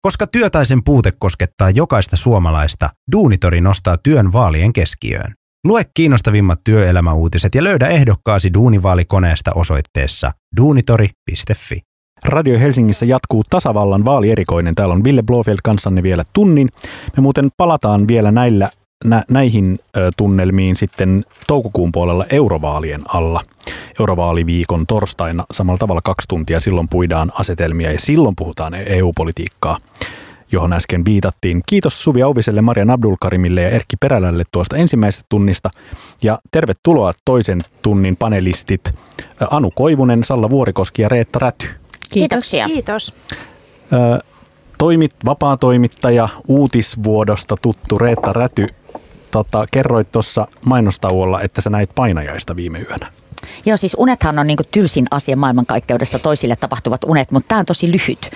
Koska työ tai sen puute koskettaa jokaista suomalaista, Duunitori nostaa työn vaalien keskiöön. Lue kiinnostavimmat työelämäuutiset ja löydä ehdokkaasi Duunivaalikoneesta osoitteessa duunitori.fi. Radio Helsingissä jatkuu tasavallan vaalierikoinen. Täällä on Ville Blofeld kanssanne vielä tunnin. Me muuten palataan vielä näihin tunnelmiin sitten toukokuun puolella eurovaalien alla. Eurovaaliviikon torstaina samalla tavalla 2 tuntia. Silloin puidaan asetelmia ja silloin puhutaan EU-politiikkaa, johon äsken viitattiin. Kiitos Suvi Auviselle, Marian Abdulkarimille ja Erkki Perälälle tuosta ensimmäisestä tunnista. Ja tervetuloa toisen tunnin panelistit Anu Koivunen, Salla Vuorikoski ja Reetta Räty. Kiitoksia. Kiitos. Vapaa-toimittaja, uutisvuodosta tuttu Reetta Räty, kerroit tuossa mainostauolla, että sä näit painajaista viime yönä. Joo, siis unethan on niin kuin tylsin asia maailmankaikkeudessa, toisille tapahtuvat unet, mutta tämä on tosi lyhyt.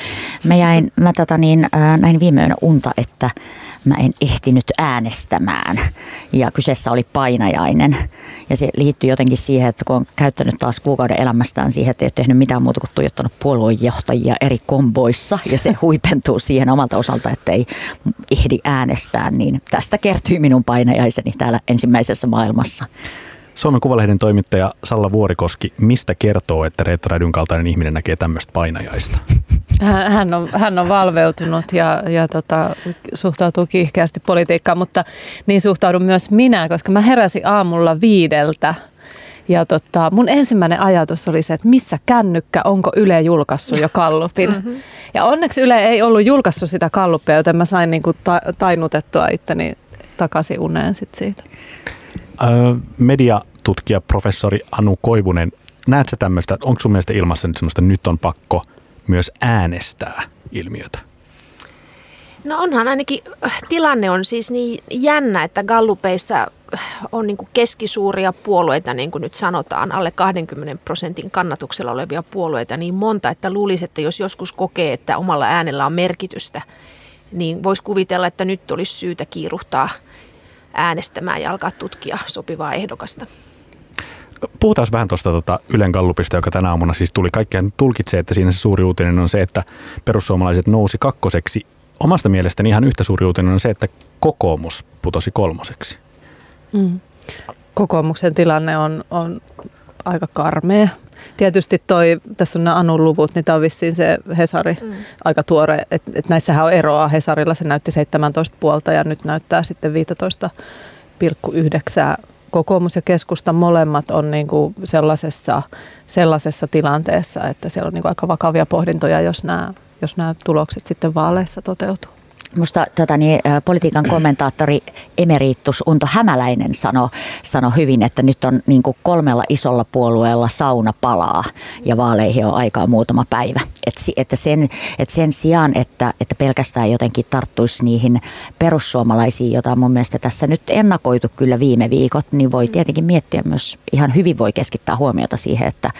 Näin viime yönä unta, että mä en ehtinyt äänestämään ja kyseessä oli painajainen. Ja se liittyy jotenkin siihen, että kun on käyttänyt taas kuukauden elämästään siihen, että ei ole tehnyt mitään muuta kuin tuijottanut puoluejohtajia eri komboissa ja se huipentuu siihen omalta osalta, että ei ehdi äänestää, niin tästä kertyy minun painajaiseni täällä ensimmäisessä maailmassa. Suomen Kuvalehden toimittaja Salla Vuorikoski, mistä kertoo, että Reetta Rädyn kaltainen ihminen näkee tämmöistä painajaista? Hän on valveutunut ja suhtautuu kiihkeästi politiikkaan, mutta niin suhtaudun myös minä, koska mä heräsin aamulla 5 ja mun ensimmäinen ajatus oli se, että missä kännykkä, onko Yle julkaissut jo gallupin. Ja onneksi Yle ei ollut julkaissut sitä gallupia, joten mä sain niinku tainutettua itteni takaisin uneen sit siitä. Mediatutkija professori Anu Koivunen, näetkö tämmöistä, onko sun mielestä ilmassa nyt semmoista nyt on pakko myös äänestää ilmiötä? No onhan ainakin, tilanne on siis niin jännä, että gallupeissa on niin kuin keskisuuria puolueita, niin kuin nyt sanotaan, alle 20% kannatuksella olevia puolueita niin monta, että luulisi, että jos joskus kokee, että omalla äänellä on merkitystä, niin voisi kuvitella, että nyt olisi syytä kiiruhtaa äänestämään ja alkaa tutkia sopivaa ehdokasta. Puhutaan vähän tuosta Ylen gallupista, joka tänä aamuna siis tuli. Kaikkiaan tulkitsee, että siinä se suuri uutinen on se, että perussuomalaiset nousi 2. Omasta mielestäni ihan yhtä suuri uutinen on se, että kokoomus putosi 3. Kokoomuksen tilanne on aika karmea. Tietysti tässä on nämä Anun luvut, niin tämä on vissiin se Hesari aika tuore, että näissähän on eroa. Hesarilla se näytti 17,5 ja nyt näyttää sitten 15,9. Kokoomus ja keskusta molemmat on niin kuin sellaisessa tilanteessa, että siellä on niin kuin aika vakavia pohdintoja, jos nämä tulokset sitten vaaleissa toteutuu. Musta politiikan kommentaattori emeritus Unto Hämäläinen sanoi hyvin, että nyt on niin kuin 3 isolla puolueella sauna palaa ja vaaleihin on aikaa muutama päivä. Että sen sijaan, että pelkästään jotenkin tarttuisi niihin perussuomalaisiin, jota mun mielestä tässä nyt ennakoitu kyllä viime viikot, niin voi tietenkin miettiä myös, ihan hyvin voi keskittää huomiota siihen, että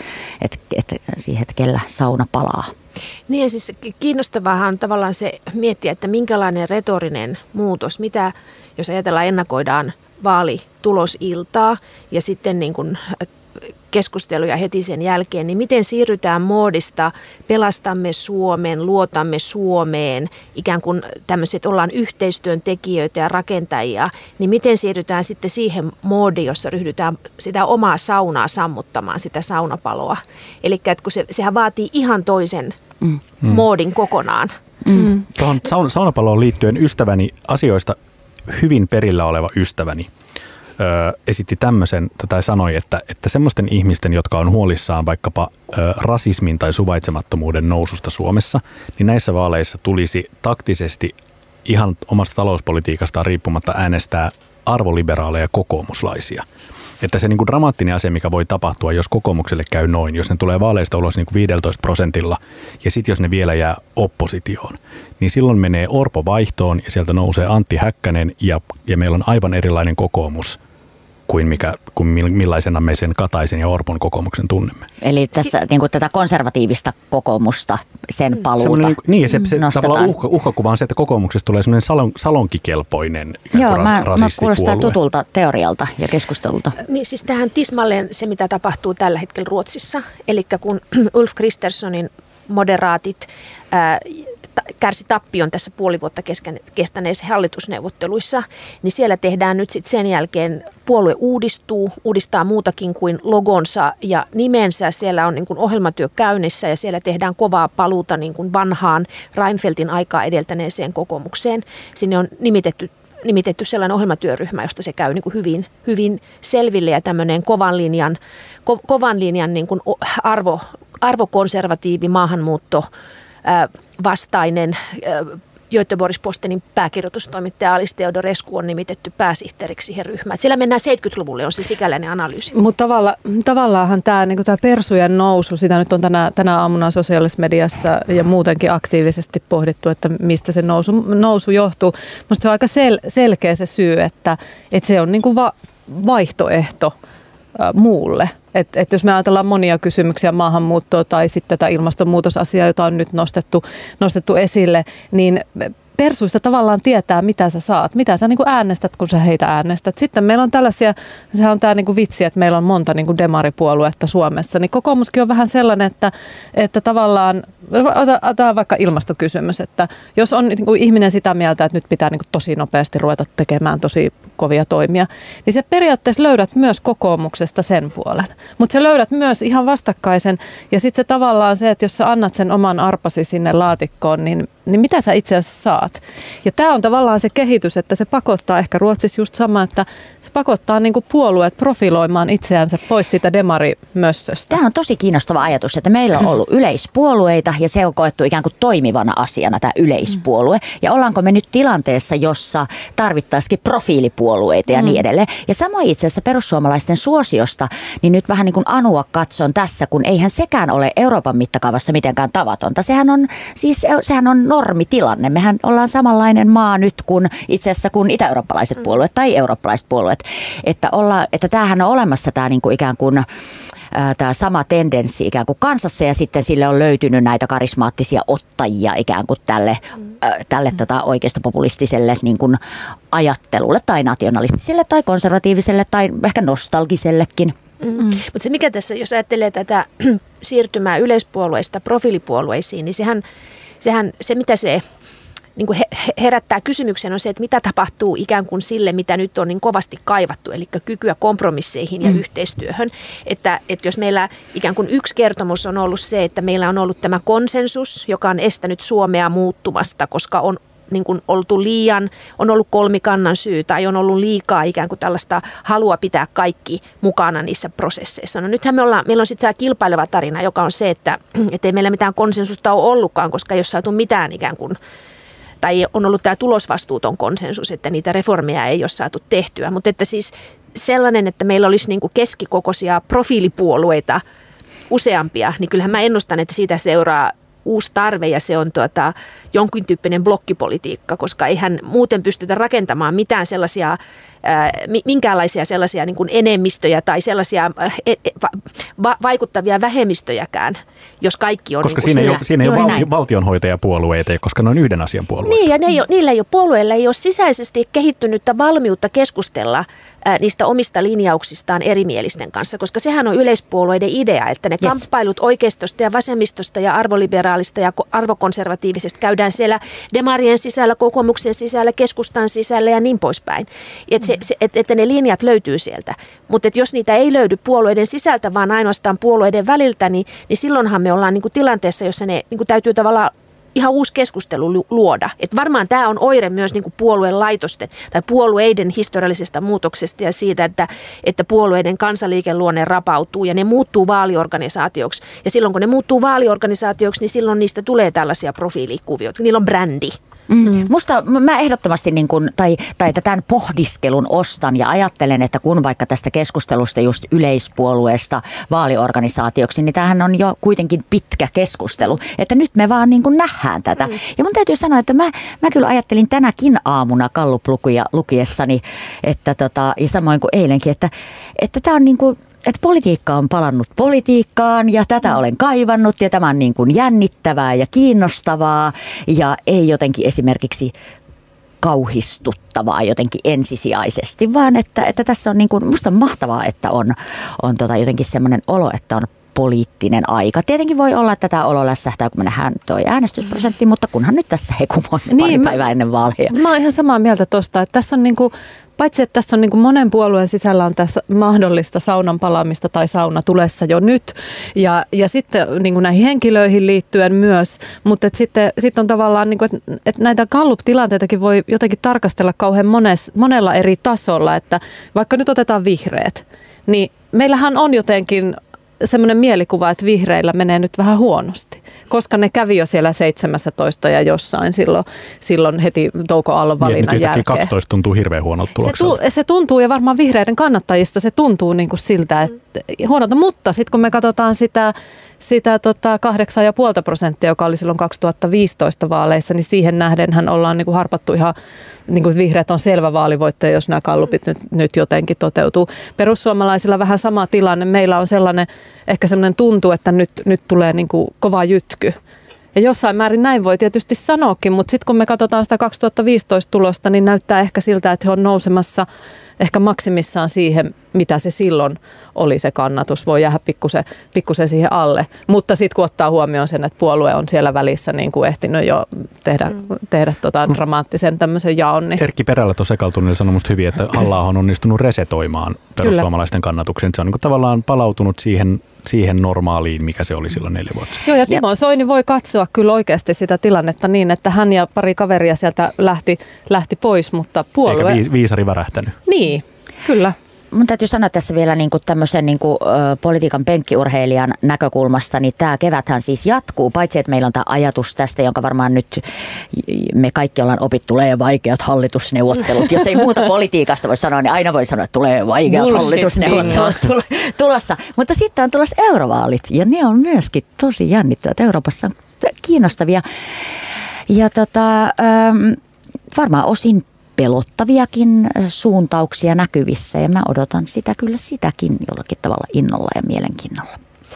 kellä sauna palaa. Niin ja siis kiinnostavaahan on tavallaan se miettiä, että minkälainen retorinen muutos, mitä jos ajatellaan ennakoidaan vaalitulosiltaa ja sitten niin kuin keskusteluja heti sen jälkeen, niin miten siirrytään moodista pelastamme Suomen, luotamme Suomeen, ikään kuin tämmöiset ollaan yhteistyön tekijöitä ja rakentajia, niin miten siirrytään sitten siihen moodiin, jossa ryhdytään sitä omaa saunaa sammuttamaan, sitä saunapaloa. Eli kun sehän vaatii ihan toisen moodin kokonaan. Tuohon saunapaloon liittyen ystäväni asioista hyvin perillä oleva ystäväni esitti tämmöisen, tai sanoi, että semmoisten ihmisten, jotka on huolissaan vaikkapa rasismin tai suvaitsemattomuuden noususta Suomessa, niin näissä vaaleissa tulisi taktisesti ihan omasta talouspolitiikastaan riippumatta äänestää arvoliberaaleja kokoomuslaisia. Että se niin kuin dramaattinen asia, mikä voi tapahtua, jos kokoomukselle käy noin, jos ne tulee vaaleista ulos niin kuin 15% ja sitten jos ne vielä jää oppositioon, niin silloin menee Orpo vaihtoon ja sieltä nousee Antti Häkkänen ja meillä on aivan erilainen kokoomus kuin millaisena me sen Kataisen ja Orpon kokoomuksen tunnemme. Eli tässä niin kuin tätä konservatiivista kokoomusta, sen paluuta niin, ja se tavallaan uhkakuva on se, että kokoomuksesta tulee semmoinen salonkikelpoinen rasistipuolue. Mä kuulostaa tutulta teorialta ja keskustelulta. Niin siis tähän tismalleen se, mitä tapahtuu tällä hetkellä Ruotsissa. Eli kun Ulf Kristerssonin moderaatit kärsi tappion tässä puoli vuotta kestäneissä hallitusneuvotteluissa, niin siellä tehdään nyt sitten sen jälkeen, puolue uudistaa muutakin kuin logonsa ja nimensä. Siellä on niin kuin ohjelmatyö käynnissä ja siellä tehdään kovaa paluuta niin kuin vanhaan Reinfeldtin aikaa edeltäneeseen kokoomukseen. Sinne on nimitetty sellainen ohjelmatyöryhmä, josta se käy niin kuin hyvin selville ja tämmöinen kovan linjan niin kuin arvokonservatiivi maahanmuutto vastainen Göteborgs-Postenin pääkirjoitustoimittaja Alice Teodorescu on nimitetty pääsihteeriksi siihen ryhmään. Siellä mennään 70-luvulle, on se sikäläinen analyysi. Mutta tavallaanhan tämä persujen nousu, sitä nyt on tänä aamuna sosiaalisessa mediassa ja muutenkin aktiivisesti pohdittu, että mistä se nousu johtuu. Minusta se on aika selkeä se syy, että se on niin kuin vaihtoehto muulle. Et jos me ajatellaan monia kysymyksiä, maahanmuuttoa tai sitten tätä ilmastonmuutosasiaa, jota on nyt nostettu esille, niin persuista tavallaan tietää, mitä sä saat, mitä sä niin kuin äänestät, kun sä heitä äänestät. Sitten meillä on tällaisia, sehän on tämä niin kuin vitsi, että meillä on monta niin kuin demaripuoluetta Suomessa, niin kokoomuskin on vähän sellainen, että tavallaan, otetaan vaikka ilmastokysymys, että jos on niin kuin ihminen sitä mieltä, että nyt pitää niin kuin tosi nopeasti ruveta tekemään tosi kovia toimia, niin se periaatteessa löydät myös kokoomuksesta sen puolen. Mutta sä löydät myös ihan vastakkaisen, ja sitten se tavallaan se, että jos sä annat sen oman arpasi sinne laatikkoon, niin mitä sä itse asiassa saat? Ja tämä on tavallaan se kehitys, että se pakottaa ehkä Ruotsissa just sama, että se pakottaa niinku puolueet profiloimaan itseänsä pois siitä demarimössöstä. Tämä on tosi kiinnostava ajatus, että meillä on ollut yleispuolueita ja se on koettu ikään kuin toimivana asiana tämä yleispuolue. Ja ollaanko me nyt tilanteessa, jossa tarvittaisikin profiilipuolueita ja niin edelleen. Ja samoin itse asiassa perussuomalaisten suosiosta, niin nyt vähän niin kuin Anua katson tässä, kun eihän sekään ole Euroopan mittakaavassa mitenkään tavatonta. Sehän on normitilanne. Mehän ollaan samanlainen maa nyt kuin itse asiassa kuin itä-eurooppalaiset puolueet tai eurooppalaiset puolueet. Että tämähän on olemassa tämä niin kuin ikään kuin tämä sama tendenssi ikään kuin kansassa ja sitten sille on löytynyt näitä karismaattisia ottajia ikään kuin tälle oikeistopopulistiselle niin kuin ajattelulle tai nationalistiselle tai konservatiiviselle tai ehkä nostalgisellekin. Mutta se mikä tässä, jos ajattelee tätä siirtymää yleispuolueista profiilipuolueisiin, niin se mitä se niin kuin herättää kysymyksen on se, että mitä tapahtuu ikään kuin sille, mitä nyt on niin kovasti kaivattu, eli kykyä kompromisseihin ja yhteistyöhön. Että jos meillä ikään kuin yksi kertomus on ollut se, että meillä on ollut tämä konsensus, joka on estänyt Suomea muuttumasta, koska on niin kuin on ollut kolmikannan syy tai on ollut liikaa ikään kuin tällaista halua pitää kaikki mukana niissä prosesseissa. No nythän meillä on sitten tämä kilpaileva tarina, joka on se, että ei meillä mitään konsensusta ole ollutkaan, koska ei ole saatu mitään ikään kuin, tai on ollut tämä tulosvastuuton konsensus, että niitä reformeja ei ole saatu tehtyä. Mutta että siis sellainen, että meillä olisi niin kuin keskikokoisia profiilipuolueita useampia, niin kyllähän mä ennustan, että siitä seuraa uusi tarve ja se on jonkin tyyppinen blokkipolitiikka, koska eihän muuten pystytä rakentamaan mitään sellaisia, minkäänlaisia sellaisia niin kuin enemmistöjä tai sellaisia vaikuttavia vähemmistöjäkään, jos kaikki on koska niin kuin siinä ei ole valtionhoitajapuolueita, koska ne on yhden asian puolueita. Niin, ja puolueilla ei ole sisäisesti kehittynyttä valmiutta keskustella niistä omista linjauksistaan erimielisten kanssa, koska sehän on yleispuolueiden idea, että ne kamppailut oikeistosta ja vasemmistosta ja arvoliberaalista ja arvokonservatiivisesta käydään siellä demarien sisällä, kokoomuksen sisällä, keskustan sisällä ja niin poispäin. Että ne linjat löytyy sieltä. Mutta jos niitä ei löydy puolueiden sisältä, vaan ainoastaan puolueiden väliltä, niin silloinhan me ollaan niinku tilanteessa, jossa ne niinku täytyy tavallaan ihan uusi keskustelu luoda. Et varmaan tämä on oire myös niinku puolueen laitosten tai puolueiden historiallisesta muutoksesta ja siitä, että puolueiden kansanliikeluonne rapautuu ja ne muuttuu vaaliorganisaatioksi. Ja silloin kun ne muuttuu vaaliorganisaatioksi, niin silloin niistä tulee tällaisia profiilikuvioita. Niillä on brändi. Musta mä ehdottomasti niin kun, tai tämän pohdiskelun ostan ja ajattelen, että kun vaikka tästä keskustelusta just yleispuolueesta vaaliorganisaatioksi, niin tämähän on jo kuitenkin pitkä keskustelu, että nyt me vaan niin kun nähdään tätä. Ja mun täytyy sanoa, että mä kyllä ajattelin tänäkin aamuna Gallup-lukuja lukiessani, että ja samoin kuin eilenkin, että tämä on niin kuin että politiikka on palannut politiikkaan ja tätä olen kaivannut ja tämä on niin kuin jännittävää ja kiinnostavaa ja ei jotenkin esimerkiksi kauhistuttavaa jotenkin ensisijaisesti, vaan että tässä on niin kuin, musta on mahtavaa, että on jotenkin semmoinen olo, että on poliittinen aika. Tietenkin voi olla, että tämä olo lässähtää, kun me nähdään toi äänestysprosentti, mutta kunhan nyt tässä hekumon pari päivää ennen vaaleja. Mä oon ihan samaa mieltä tuosta, että tässä on niinku, paitsi että tässä on niinku monen puolueen sisällä on tässä mahdollista saunan palaamista tai sauna tulessa jo nyt ja sitten niinku näihin henkilöihin liittyen myös, mutta sitten on tavallaan, niinku, että näitä Gallup-tilanteitakin voi jotenkin tarkastella kauhean monella eri tasolla, että vaikka nyt otetaan vihreät, niin meillähän on jotenkin semmoinen mielikuva, että vihreillä menee nyt vähän huonosti, koska ne kävi jo siellä 17 ja jossain silloin heti Touko Aallon valinnan jälkeen. 12 tuntuu hirveän huonolta tulokselta. Se tuntuu, ja varmaan vihreiden kannattajista se tuntuu niin kuin siltä, että huonolta, mutta sitten kun me katsotaan sitä 8,5%, joka oli silloin 2015 vaaleissa, niin siihen nähdenhän ollaan niin kuin harpattu ihan, niin kuin vihreät on selvä vaalivoittaja, jos nämä gallupit nyt jotenkin toteutuu. Perussuomalaisilla vähän sama tilanne. Meillä on ehkä sellainen tuntuu, että nyt tulee niin kuin kova jytky. Ja jossain määrin näin voi tietysti sanoakin, mutta sitten kun me katsotaan sitä 2015 tulosta, niin näyttää ehkä siltä, että he on nousemassa ehkä maksimissaan siihen, mitä se silloin oli se kannatus. Voi jäädä pikkusen siihen alle. Mutta sitten kun ottaa huomioon sen, että puolue on siellä välissä niin kuin ehtinyt jo tehdä dramaattisen tämmöisen jaon. Niin. Erkki Perälä tuossa ekalla sanoi musta hyvin, että Halla-aho on onnistunut resetoimaan perussuomalaisten kannatuksen. Se on niin kuin tavallaan palautunut siihen normaaliin, mikä se oli silloin 4 vuotta. Joo, ja Timo Soini voi katsoa kyllä oikeasti sitä tilannetta niin, että hän ja pari kaveria sieltä lähti pois, mutta puolue... Eikä viisari värähtänyt. Niin, kyllä. Mun täytyy sanoa tässä vielä tämmöisen politiikan penkkiurheilijan näkökulmasta, niin tämä keväthän siis jatkuu, paitsi että meillä on tämä ajatus tästä, jonka varmaan nyt me kaikki ollaan opittu, tulee vaikeat hallitusneuvottelut. Jos ei muuta politiikasta voi sanoa, niin aina voi sanoa, että tulee vaikeat hallitusneuvottelut tulossa. Mutta sitten on tulossa eurovaalit ja ne on myöskin tosi jännittävät. Euroopassa on kiinnostavia ja varmaan osin pelottaviakin suuntauksia näkyvissä ja mä odotan sitäkin jollakin tavalla innolla ja mielenkiinnolla.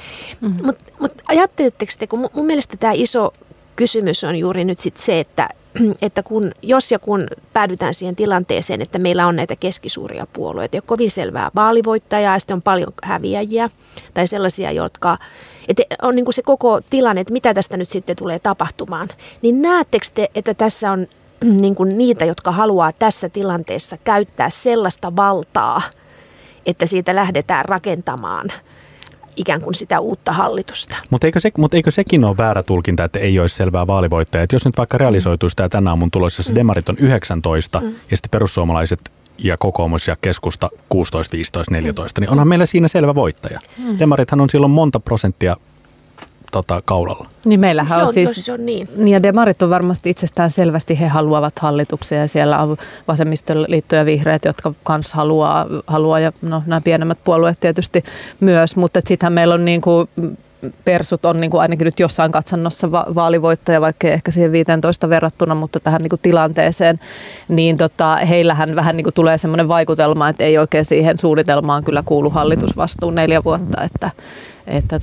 Mutta ajatteletteko te, kun mun mielestä tämä iso kysymys on juuri nyt sit se, että jos ja kun päädytään siihen tilanteeseen, että meillä on näitä keskisuuria puolueita, ei ole kovin selvää vaalivoittajaa ja sitten on paljon häviäjiä tai sellaisia, jotka että on niin kuin se koko tilanne, että mitä tästä nyt sitten tulee tapahtumaan, niin näettekö te, että tässä on niin kuin niitä, jotka haluaa tässä tilanteessa käyttää sellaista valtaa, että siitä lähdetään rakentamaan ikään kuin sitä uutta hallitusta. Mutta eikö sekin ole väärä tulkinta, että ei olisi selvää vaalivoittajaa? Että jos nyt vaikka realisoituisi tämä tänä aamun tulossa, se demarit on 19 ja sitten perussuomalaiset ja kokoomus ja keskusta 16, 15, 14, niin onhan meillä siinä selvä voittaja. Demarithan on silloin monta prosenttia kaulalla. Niin meillähän on siis, niin ja demarit on varmasti itsestään selvästi, he haluavat hallituksia ja siellä on vasemmistoliitto ja vihreät, jotka kans haluaa ja nämä pienemmät puolueet tietysti myös, mutta sittenhän meillä on niinku persut on niinku ainakin nyt jossain katsannossa vaalivoittaja, vaikka ehkä siihen 15 verrattuna, mutta tähän niinku tilanteeseen, niin heillähän vähän niinku tulee semmoinen vaikutelma, että ei oikein siihen suunnitelmaan kyllä kuulu hallitusvastuun 4 vuotta, että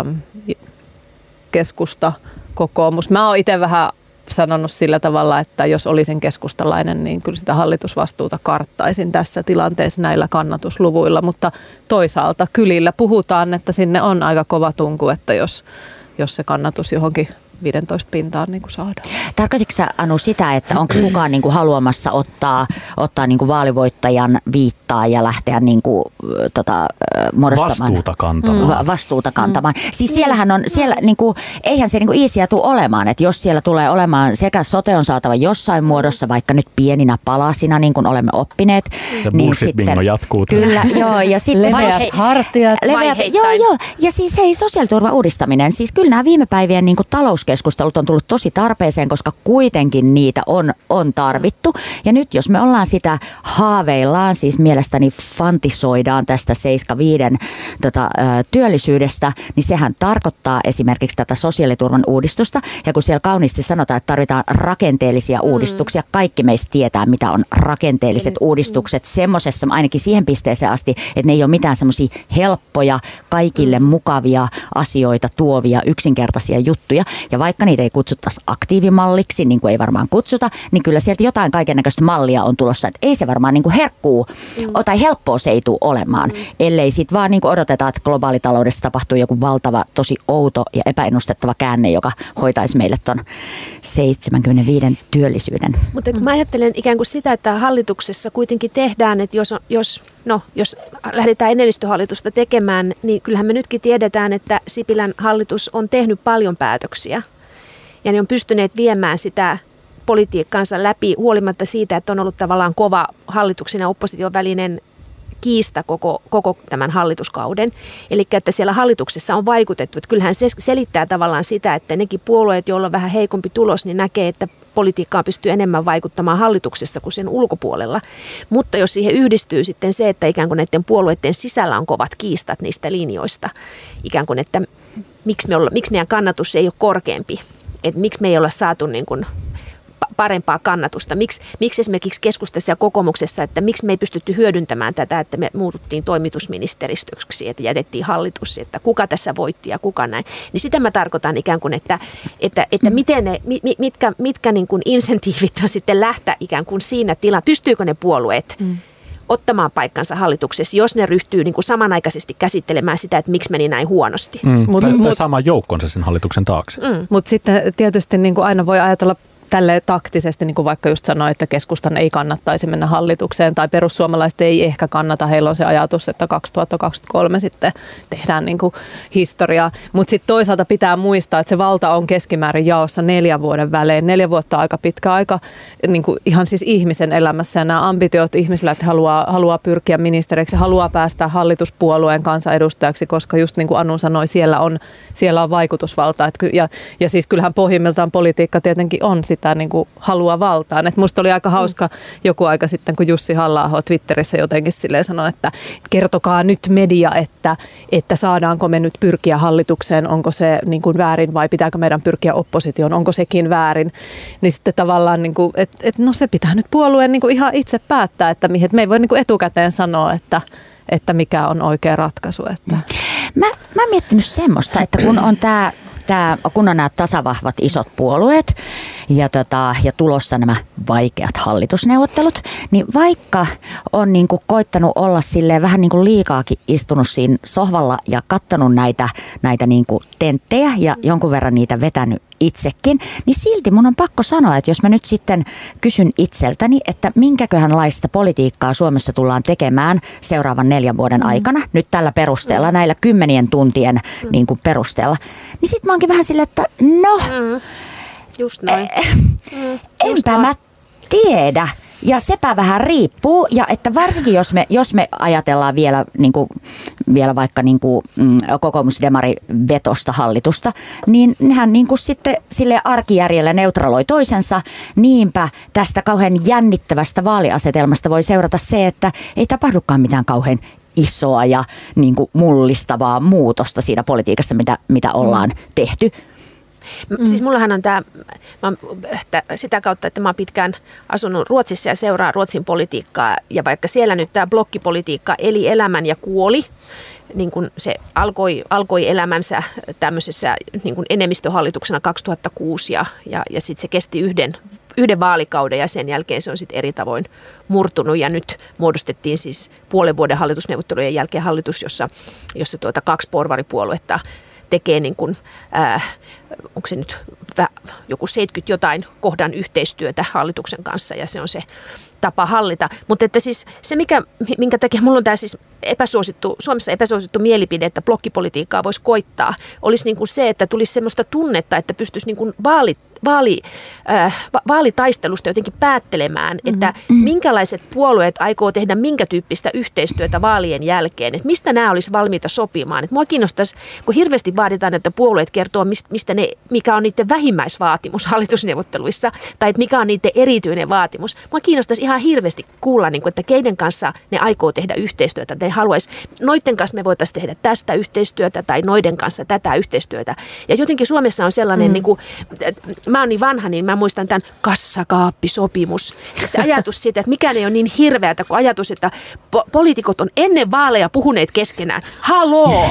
keskusta, kokoomus. Mä oon itse vähän sanonut sillä tavalla, että jos olisin keskustalainen, niin kyllä sitä hallitusvastuuta karttaisin tässä tilanteessa näillä kannatusluvuilla, mutta toisaalta kylillä puhutaan, että sinne on aika kova tunku, että jos se kannatus johonkin 15 pintaan niin kuin saadaan. Tarkoititko sä, Anu, sitä, että onko kukaan niin kuin haluamassa ottaa niin kuin vaalivoittajan viittaa ja lähteä niin kuin, muodostamaan vastuuta kantamaan? Siis siellähän on, niin kuin, eihän se niin kuin easyä tule olemaan, että jos siellä tulee olemaan sekä sote on saatava jossain muodossa, vaikka nyt pieninä palasina, niin kuin olemme oppineet. Ja niin bullshit-bingo jatkuu. Kyllä, joo. Ja sitten leveät hartiat. Joo. Ja siis sosiaaliturvan uudistaminen, siis kyllä nämä viime päivien niin kuin talouskeskustelut on tullut tosi tarpeeseen, koska kuitenkin niitä on tarvittu. Ja nyt jos me ollaan sitä haaveillaan, siis mielestäni fantisoidaan tästä 7.5 työllisyydestä, niin sehän tarkoittaa esimerkiksi tätä sosiaaliturvan uudistusta. Ja kun siellä kauniisti sanotaan, että tarvitaan rakenteellisia uudistuksia, kaikki meistä tietää, mitä on rakenteelliset uudistukset semmoisessa, ainakin siihen pisteeseen asti, että ne ei ole mitään semmoisia helppoja, kaikille mukavia asioita tuovia, yksinkertaisia juttuja. Ja vaikka niitä ei kutsuttaisi aktiivimalliksi, niin kuin ei varmaan kutsuta, niin kyllä sieltä jotain kaikennäköistä mallia on tulossa, että ei se varmaan niin kuin herkkuu tai helppoa se ei tule olemaan, ellei sitten vaan niin kuin odoteta, että globaalitaloudessa tapahtuu joku valtava, tosi outo ja epäennustettava käänne, joka hoitaisi meille ton 75 työllisyyden. Mutta mä ajattelen ikään kuin sitä, että hallituksessa kuitenkin tehdään, että jos lähdetään enemmistöhallitusta tekemään, niin kyllähän me nytkin tiedetään, että Sipilän hallitus on tehnyt paljon päätöksiä ja ne on pystyneet viemään sitä politiikkaansa läpi huolimatta siitä, että on ollut tavallaan kova hallituksen ja opposition välinen kiista koko tämän hallituskauden. Eli että siellä hallituksessa on vaikutettu. Että kyllähän se selittää tavallaan sitä, että nekin puolueet, joilla on vähän heikompi tulos, niin näkee, että politiikkaan pystyy enemmän vaikuttamaan hallituksessa kuin sen ulkopuolella. Mutta jos siihen yhdistyy sitten se, että ikään kuin näiden puolueiden sisällä on kovat kiistat niistä linjoista, ikään kuin, että miksi meidän kannatus ei ole korkeampi, että miksi me ei olla saatu niin kuin parempaa kannatusta. Miksi esimerkiksi keskustassa ja kokoomuksessa, että miksi me ei pystytty hyödyntämään tätä, että me muututtiin toimitusministeristöksi, että jätettiin hallitus, että kuka tässä voitti ja kuka näin. Niin sitä mä tarkoitan ikään kuin, että miten mitkä niin kuin insentiivit on sitten lähteä ikään kuin siinä tilassa. Pystyykö ne puolueet ottamaan paikkansa hallituksessa, jos ne ryhtyy niin kuin samanaikaisesti käsittelemään sitä, että miksi meni näin huonosti. Tai saamaan joukkonsa sen hallituksen taakse. Mutta sitten tietysti niin kuin aina voi ajatella tälleen taktisesti, niin kuin vaikka just sanoi, että keskustan ei kannattaisi mennä hallitukseen tai perussuomalaiset ei ehkä kannata. Heillä on se ajatus, että 2023 sitten tehdään niin kuin historiaa. Mutta sitten toisaalta pitää muistaa, että se valta on keskimäärin jaossa 4 vuoden välein. 4 vuotta aika pitkä aika niin kuin ihan siis ihmisen elämässä ja nämä ambitiot ihmisillä, että haluaa pyrkiä ministeriksi, haluaa päästä hallituspuolueen kansanedustajaksi, koska just niin kuin Anu sanoi, siellä on vaikutusvaltaa. Ja siis kyllähän pohjimmiltaan politiikka tietenkin on sitä niin kuin halua valtaan. Et musta oli aika hauska joku aika sitten, kun Jussi Halla-aho Twitterissä jotenkin silleen sanoi, että kertokaa nyt media, että saadaanko me nyt pyrkiä hallitukseen, onko se niin kuin väärin vai pitääkö meidän pyrkiä oppositioon, onko sekin väärin. Niin sitten tavallaan, niin kuin, no se pitää nyt puolueen niin kuin ihan itse päättää, että me ei voi niin kuin etukäteen sanoa, että mikä on oikea ratkaisu. Että. Mä oon miettinyt semmoista, että kun on nämä tasavahvat isot puolueet ja tulossa nämä vaikeat hallitusneuvottelut, niin vaikka on niin kuin koittanut olla silleen vähän niin kuin liikaakin istunut siinä sohvalla ja katsonut näitä niin kuin tenttejä ja jonkun verran niitä vetänyt itsekin, niin silti mun on pakko sanoa, että jos mä nyt sitten kysyn itseltäni, että minkäköhänlaista politiikkaa Suomessa tullaan tekemään seuraavan 4 vuoden aikana, nyt tällä perusteella, näillä 10 tuntien niin kuin perusteella, niin sit mä oonkin vähän silleen, että just noin. Enpä mä tiedä. Ja sepä vähän riippuu, ja että varsinkin jos me ajatellaan vielä vaikka kokoomusdemari-vetosta hallitusta, niin nehän sitten sille arkijärjellä neutraloi toisensa. Niinpä tästä kauhean jännittävästä vaaliasetelmasta voi seurata se, että ei tapahdukaan mitään kauhean isoa ja mullistavaa muutosta siinä politiikassa, mitä ollaan tehty. Siis mullahan on sitä kautta, että mä oon pitkään asunut Ruotsissa ja seuraan Ruotsin politiikkaa. Ja vaikka siellä nyt tämä blokkipolitiikka eli elämän ja kuoli, niin kuin se alkoi elämänsä tämmöisessä niin kuin enemmistöhallituksena 2006 ja sitten se kesti yhden vaalikauden ja sen jälkeen se on sitten eri tavoin murtunut ja nyt muodostettiin siis puolen vuoden hallitusneuvottelujen jälkeen hallitus, jossa 2 porvaripuoluetta tekee niin kuin, onko se nyt joku 70 jotain kohdan yhteistyötä hallituksen kanssa ja se on se tapa hallita. Mutta että siis se, minkä takia mulla on tämä siis Suomessa epäsuosittu mielipide, että blokkipolitiikkaa voisi koittaa, olisi niin kuin se, että tulisi semmoista tunnetta, että pystyisi niin kuin vaalitaistelusta jotenkin päättelemään, että minkälaiset puolueet aikoo tehdä minkä tyyppistä yhteistyötä vaalien jälkeen, että mistä nämä olisi valmiita sopimaan. Että mua kiinnostaisi, kun hirveästi vaaditaan, että puolueet kertoo, mikä on niiden vähimmäisvaatimus hallitusneuvotteluissa, tai että mikä on niiden erityinen vaatimus. Mua kiinnostaisi ihan hirveästi kuulla, että keiden kanssa ne aikoo tehdä yhteistyötä. Ne haluaisi, noiden kanssa me voitaisiin tehdä tästä yhteistyötä, tai noiden kanssa tätä yhteistyötä. Ja jotenkin Suomessa on sellainen, mä oon niin vanha, niin mä muistan tämän kassakaappisopimus. Se ajatus siitä, että mikään ei ole niin hirveätä kuin ajatus, että poliitikot on ennen vaaleja puhuneet keskenään. Haloo!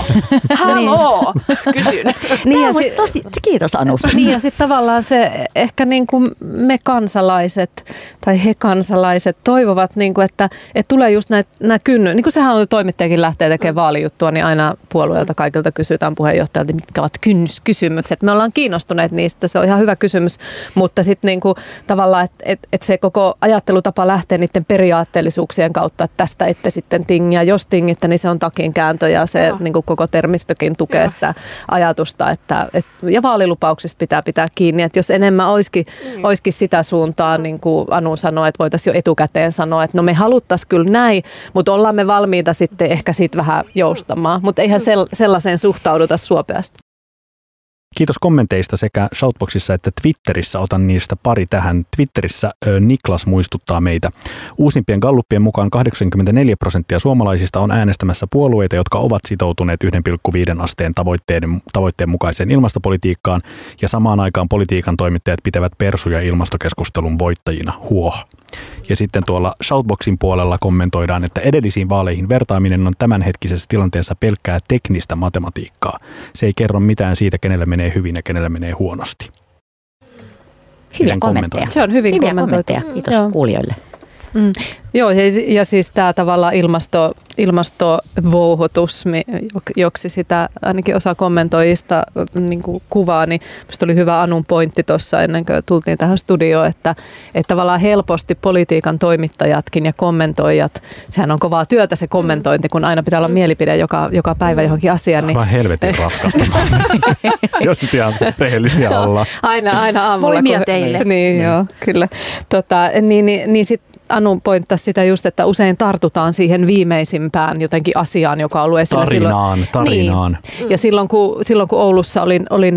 Kysyn. Tämä on tosi, kiitos Anu. Niin ja sitten tavallaan se ehkä niin kuin me kansalaiset tai he kansalaiset toivovat, niin kuin, että tulee just nämä kynny. Niin kuin sehän on toimittajakin lähtee tekemään vaalijuttua, niin aina puolueelta kaikilta kysytään puheenjohtajalta, mitkä ovat kynnyskysymykset. Me ollaan kiinnostuneet niistä, se on ihan hyvä kysymys, mutta sitten niin kuin tavallaan, että se koko ajattelutapa lähtee niiden periaatteellisuuksien kautta, että tästä ette sitten tingiä. Jos tingitte, niin se on takinkääntö ja se niin kuin koko termistökin tukee sitä ajatusta, ja vaalilupauksista pitää kiinni, että jos enemmän olisikin sitä suuntaa, niin kuin Anu sanoi, että voitaisiin jo etukäteen sanoa, että no me haluttaisiin kyllä näin, mutta ollaan me valmiita sitten ehkä siitä vähän joustamaan, mutta eihän sellaiseen suhtauduta suopeasti. Kiitos kommenteista sekä Shoutboxissa että Twitterissä. Otan niistä pari tähän. Twitterissä Niklas muistuttaa meitä. Uusimpien galluppien mukaan 84% suomalaisista on äänestämässä puolueita, jotka ovat sitoutuneet 1,5 asteen tavoitteen mukaiseen ilmastopolitiikkaan, ja samaan aikaan politiikan toimittajat pitävät persuja ilmastokeskustelun voittajina. Huoh. Ja sitten tuolla Shoutboxin puolella kommentoidaan, että edellisiin vaaleihin vertaaminen on tämänhetkisessä tilanteessa pelkkää teknistä matematiikkaa. Se ei kerro mitään siitä, kenellä menee hyvin ja kenellä menee huonosti. Hyviä kommentteja. Se on hyvin kommentoitu. Kiitos kuulijoille. Joo, ja siis tämä tavallaan ilmastovouhotus, joksi sitä ainakin osa kommentoijista niin kuin kuvaa, niin minusta oli hyvä Anun pointti tuossa ennen kuin tultiin tähän studioon, että tavallaan helposti politiikan toimittajatkin ja kommentoijat, sehän on kovaa työtä se kommentointi, kun aina pitää olla mielipide joka päivä johonkin asiaan. Niin helvetin raskasta, jos nyt ihan rehellisiä ollaan. Aina aamulla. Voimia teille. Niin, joo, kyllä. Niin sitten Anu pointtasi sitä just, että usein tartutaan siihen viimeisimpään jotenkin asiaan, joka on ollut esillä tarinaan. Niin. Ja silloin kun Oulussa oli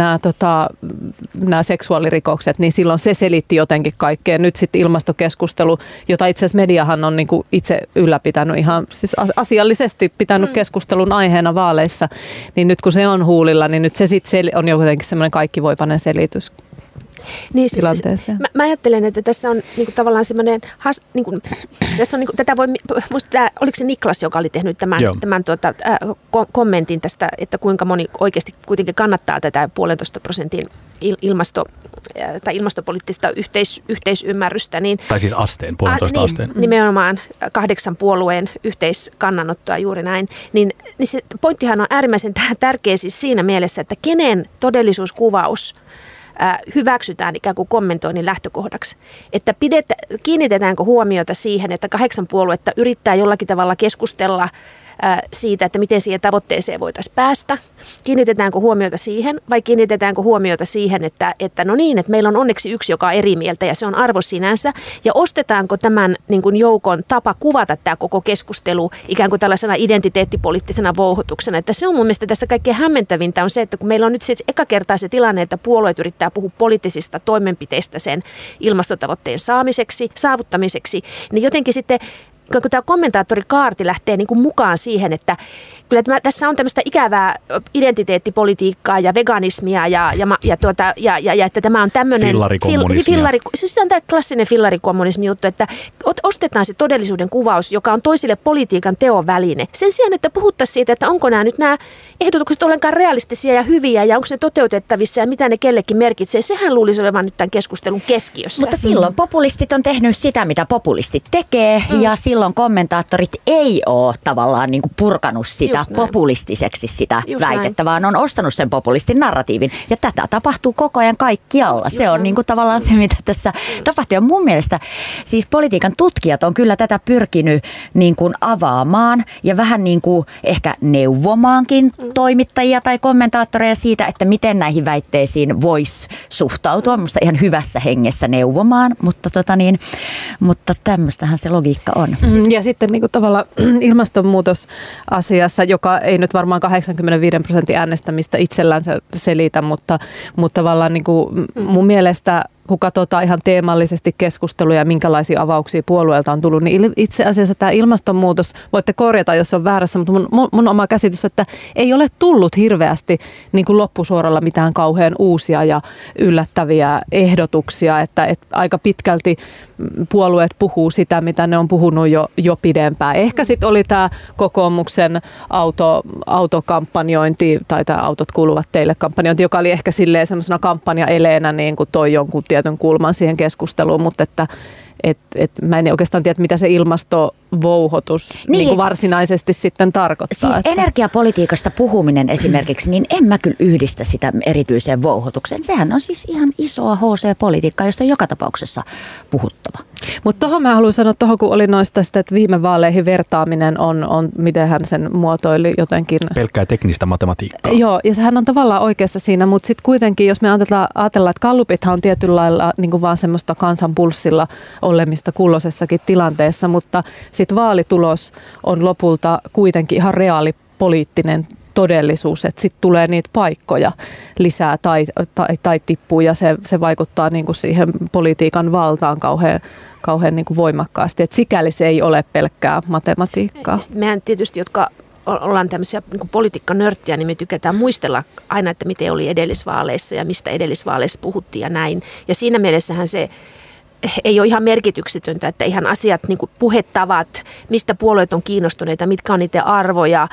nämä seksuaalirikokset, niin silloin se selitti jotenkin kaikkea. Nyt sitten ilmastokeskustelu, jota itse asiassa mediahan on niinku itse ylläpitänyt ihan siis asiallisesti pitänyt keskustelun aiheena vaaleissa, niin nyt kun se on huulilla, niin nyt se sitten on jotenkin semmoinen kaikkivoipainen selitys. Niin, siis, mä ajattelen, että tässä on niinku tavallaan semmoinen, tässä on niinku, tätä voi, musta oliko se Niklas, joka oli tehnyt tämän kommentin tästä, että kuinka moni oikeasti kuitenkin kannattaa tätä 1,5% ilmastopoliittista yhteisymmärrystä. Niin, tai siis asteen, 1,5 asteen. Nimenomaan 8 puolueen yhteiskannanottoa juuri näin. Niin se pointtihan on äärimmäisen tärkeä siis siinä mielessä, että kenen todellisuuskuvaus hyväksytään ikään kuin kommentoinnin lähtökohdaksi. Että kiinnitetäänkö huomiota siihen, että 8 puoluetta yrittää jollakin tavalla keskustella siitä, että miten siihen tavoitteeseen voitaisiin päästä. Kiinnitetäänkö huomiota siihen vai kiinnitetäänkö huomiota siihen, että no niin, että meillä on onneksi yksi, joka on eri mieltä ja se on arvo sinänsä. Ja ostetaanko tämän niin kuin joukon tapa kuvata tämä koko keskustelu ikään kuin tällaisena identiteettipoliittisena vouhotuksena. Että se on mun mielestä tässä kaikkein hämmentävintä on se, että kun meillä on nyt siis eka kertaa se tilanne, että puolueet yrittää puhua poliittisista toimenpiteistä sen ilmastotavoitteen saavuttamiseksi, niin jotenkin sitten kun tämä kommentaattori Kaarti lähtee niin kuin mukaan siihen, että kyllä tässä on tämmöistä ikävää identiteettipolitiikkaa ja veganismia ja että tämä on tämmöinen siis on tämä klassinen fillarikommunismi juttu, että ostetaan se todellisuuden kuvaus, joka on toisille politiikan teon väline. Sen sijaan, että puhuttaisiin siitä, että onko nämä nyt nämä ehdotukset ollenkaan realistisia ja hyviä ja onko ne toteutettavissa ja mitä ne kellekin merkitsee, sehän luulisi olevan nyt tämän keskustelun keskiössä. Mutta silloin populistit on tehnyt sitä, mitä populistit tekee ja silloin kommentaattorit ei ole tavallaan niin kuin purkanut sitä populistiseksi sitä väitettä, vaan on ostanut sen populistin narratiivin. Ja tätä tapahtuu koko ajan kaikkialla. Se on niin kuin tavallaan se, mitä tässä tapahtuu. Ja mun mielestä siis politiikan tutkijat on kyllä tätä pyrkinyt niin kuin avaamaan ja vähän niin kuin ehkä neuvomaankin toimittajia tai kommentaattoreja siitä, että miten näihin väitteisiin voisi suhtautua. Musta ihan hyvässä hengessä neuvomaan, mutta tämmöistähän se logiikka on. Ja sitten niin kuin tavallaan ilmastonmuutosasiassa, joka ei nyt varmaan 85% äänestämistä itsellänsä selitä, mutta tavallaan niin kuin mun mielestä kun katsotaan ihan teemallisesti keskusteluja ja minkälaisia avauksia puolueelta on tullut, niin itse asiassa tämä ilmastonmuutos, voitte korjata, jos on väärässä, mutta mun oma käsitys, että ei ole tullut hirveästi niin kuin loppusuoralla mitään kauhean uusia ja yllättäviä ehdotuksia, että aika pitkälti puolueet puhuu sitä, mitä ne on puhunut jo pidempään. Ehkä sitten oli tämä kokoomuksen autokampanjointi tai tämä autot kuuluvat teille -kampanjointi, joka oli ehkä silleen semmoisena kampanjaeleenä niin kuin toi jonkun tietyn kulman siihen keskusteluun, mutta että mä en oikeastaan tiedä, mitä se ilmastovouhotus niin kuin varsinaisesti sitten tarkoittaa. Siis energiapolitiikasta puhuminen esimerkiksi, niin en mä kyllä yhdistä sitä erityiseen vouhotukseen. Sehän on siis ihan isoa HC-politiikkaa, josta on joka tapauksessa puhuttava. Mutta tuohon mä haluan sanoa, kun oli noista sitä, että viime vaaleihin vertaaminen on, miten hän sen muotoili jotenkin. Pelkkää teknistä matematiikkaa. Joo, ja sehän on tavallaan oikeassa siinä, mutta sitten kuitenkin, jos me ajatellaan, että gallupithan on tietyllä lailla niin kuin vaan semmoista kansan pulssilla olemista kulloisessakin tilanteessa, mutta sitten vaalitulos on lopulta kuitenkin ihan reaalipoliittinen todellisuus, että sitten tulee niitä paikkoja lisää tai tippuu ja se vaikuttaa niin kuin siihen politiikan valtaan kauhean niin kuin voimakkaasti. Et sikäli se ei ole pelkkää matematiikkaa. Mehän tietysti, jotka ollaan tämmöisiä niin politiikkanörttiä, niin me tykätään muistella aina, että miten oli edellisvaaleissa ja mistä edellisvaaleissa puhuttiin ja näin. Ja siinä mielessähän se ei ole ihan merkityksetöntä, että ihan asiat, niin kuin puhetavat, mistä puolueet on kiinnostuneita, mitkä on niiden arvoja,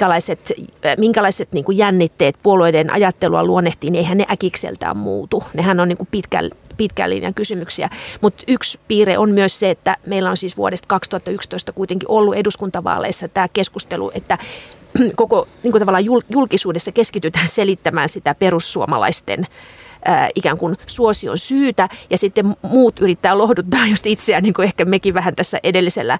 minkälaiset niin kuin jännitteet puolueiden ajattelua luonnehtii, niin eihän ne äkikseltään muutu. Nehän on niin kuin pitkän linjan kysymyksiä. Mutta yksi piirre on myös se, että meillä on siis vuodesta 2011 kuitenkin ollut eduskuntavaaleissa tämä keskustelu, että koko niin kuin tavallaan julkisuudessa keskitytään selittämään sitä perussuomalaisten ikään kuin suosion syytä, ja sitten muut yrittää lohduttaa just itseään, niin kuin ehkä mekin vähän tässä edellisellä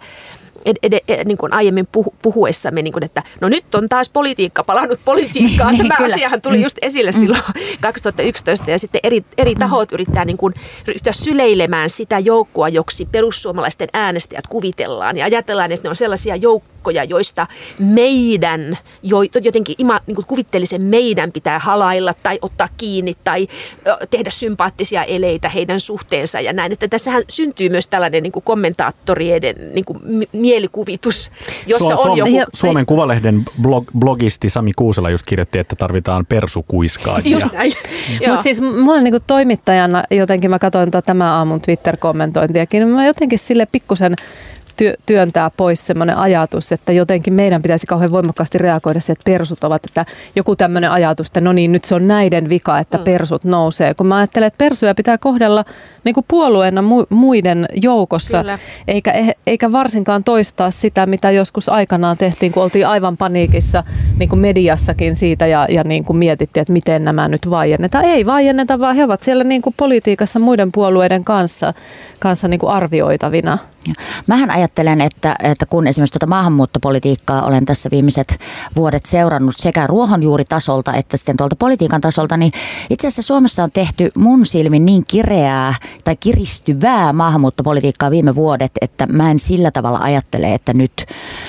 niin kuin aiemmin puhuessamme, niin kuin, että no nyt on taas politiikka palannut politiikkaan. Tämä asiahan tuli just esille silloin 2011, ja sitten eri tahot yrittää niin kuin ryhtyä syleilemään sitä joukkoa, joksi perussuomalaisten äänestäjät kuvitellaan, ja ajatellaan, että ne on sellaisia joukkoja, joista meidän, jotenkin niin kuin kuvittelisen meidän pitää halailla tai ottaa kiinni tai tehdä sympaattisia eleitä heidän suhteensa ja näin. Että tässähän syntyy myös tällainen niin kuin kommentaattorien niin kuin mielikuvitus, jossa on joku... Suomen Kuvalehden blogisti Sami Kuusela just kirjoitti, että tarvitaan persukuiskaajia. Just näin. Mutta siis mulla niinku toimittajana jotenkin, mä katsoin tämän aamun Twitter-kommentointiakin, niin mä jotenkin sille pikkusen työntää pois semmoinen ajatus, että jotenkin meidän pitäisi kauhean voimakkaasti reagoida siihen, että persut ovat, että joku tämmöinen ajatus, että no niin, nyt se on näiden vika, että persut nousee. Kun mä ajattelen, että persuja pitää kohdella niin kuin puolueena muiden joukossa, eikä varsinkaan toistaa sitä, mitä joskus aikanaan tehtiin, kun oltiin aivan paniikissa niin kuin mediassakin siitä ja niin kuin mietittiin, että miten nämä nyt vaiennetaan. Ei vaienneta, vaan he ovat siellä niin kuin politiikassa muiden puolueiden kanssa niin kuin arvioitavina. Mähän ajattelen, että kun esimerkiksi tuota maahanmuuttopolitiikkaa olen tässä viimeiset vuodet seurannut sekä ruohonjuuritasolta että sitten tuolta politiikan tasolta, niin itse asiassa Suomessa on tehty mun silmin niin kireää tai kiristyvää maahanmuuttopolitiikkaa viime vuodet, että mä en sillä tavalla ajattele, että nyt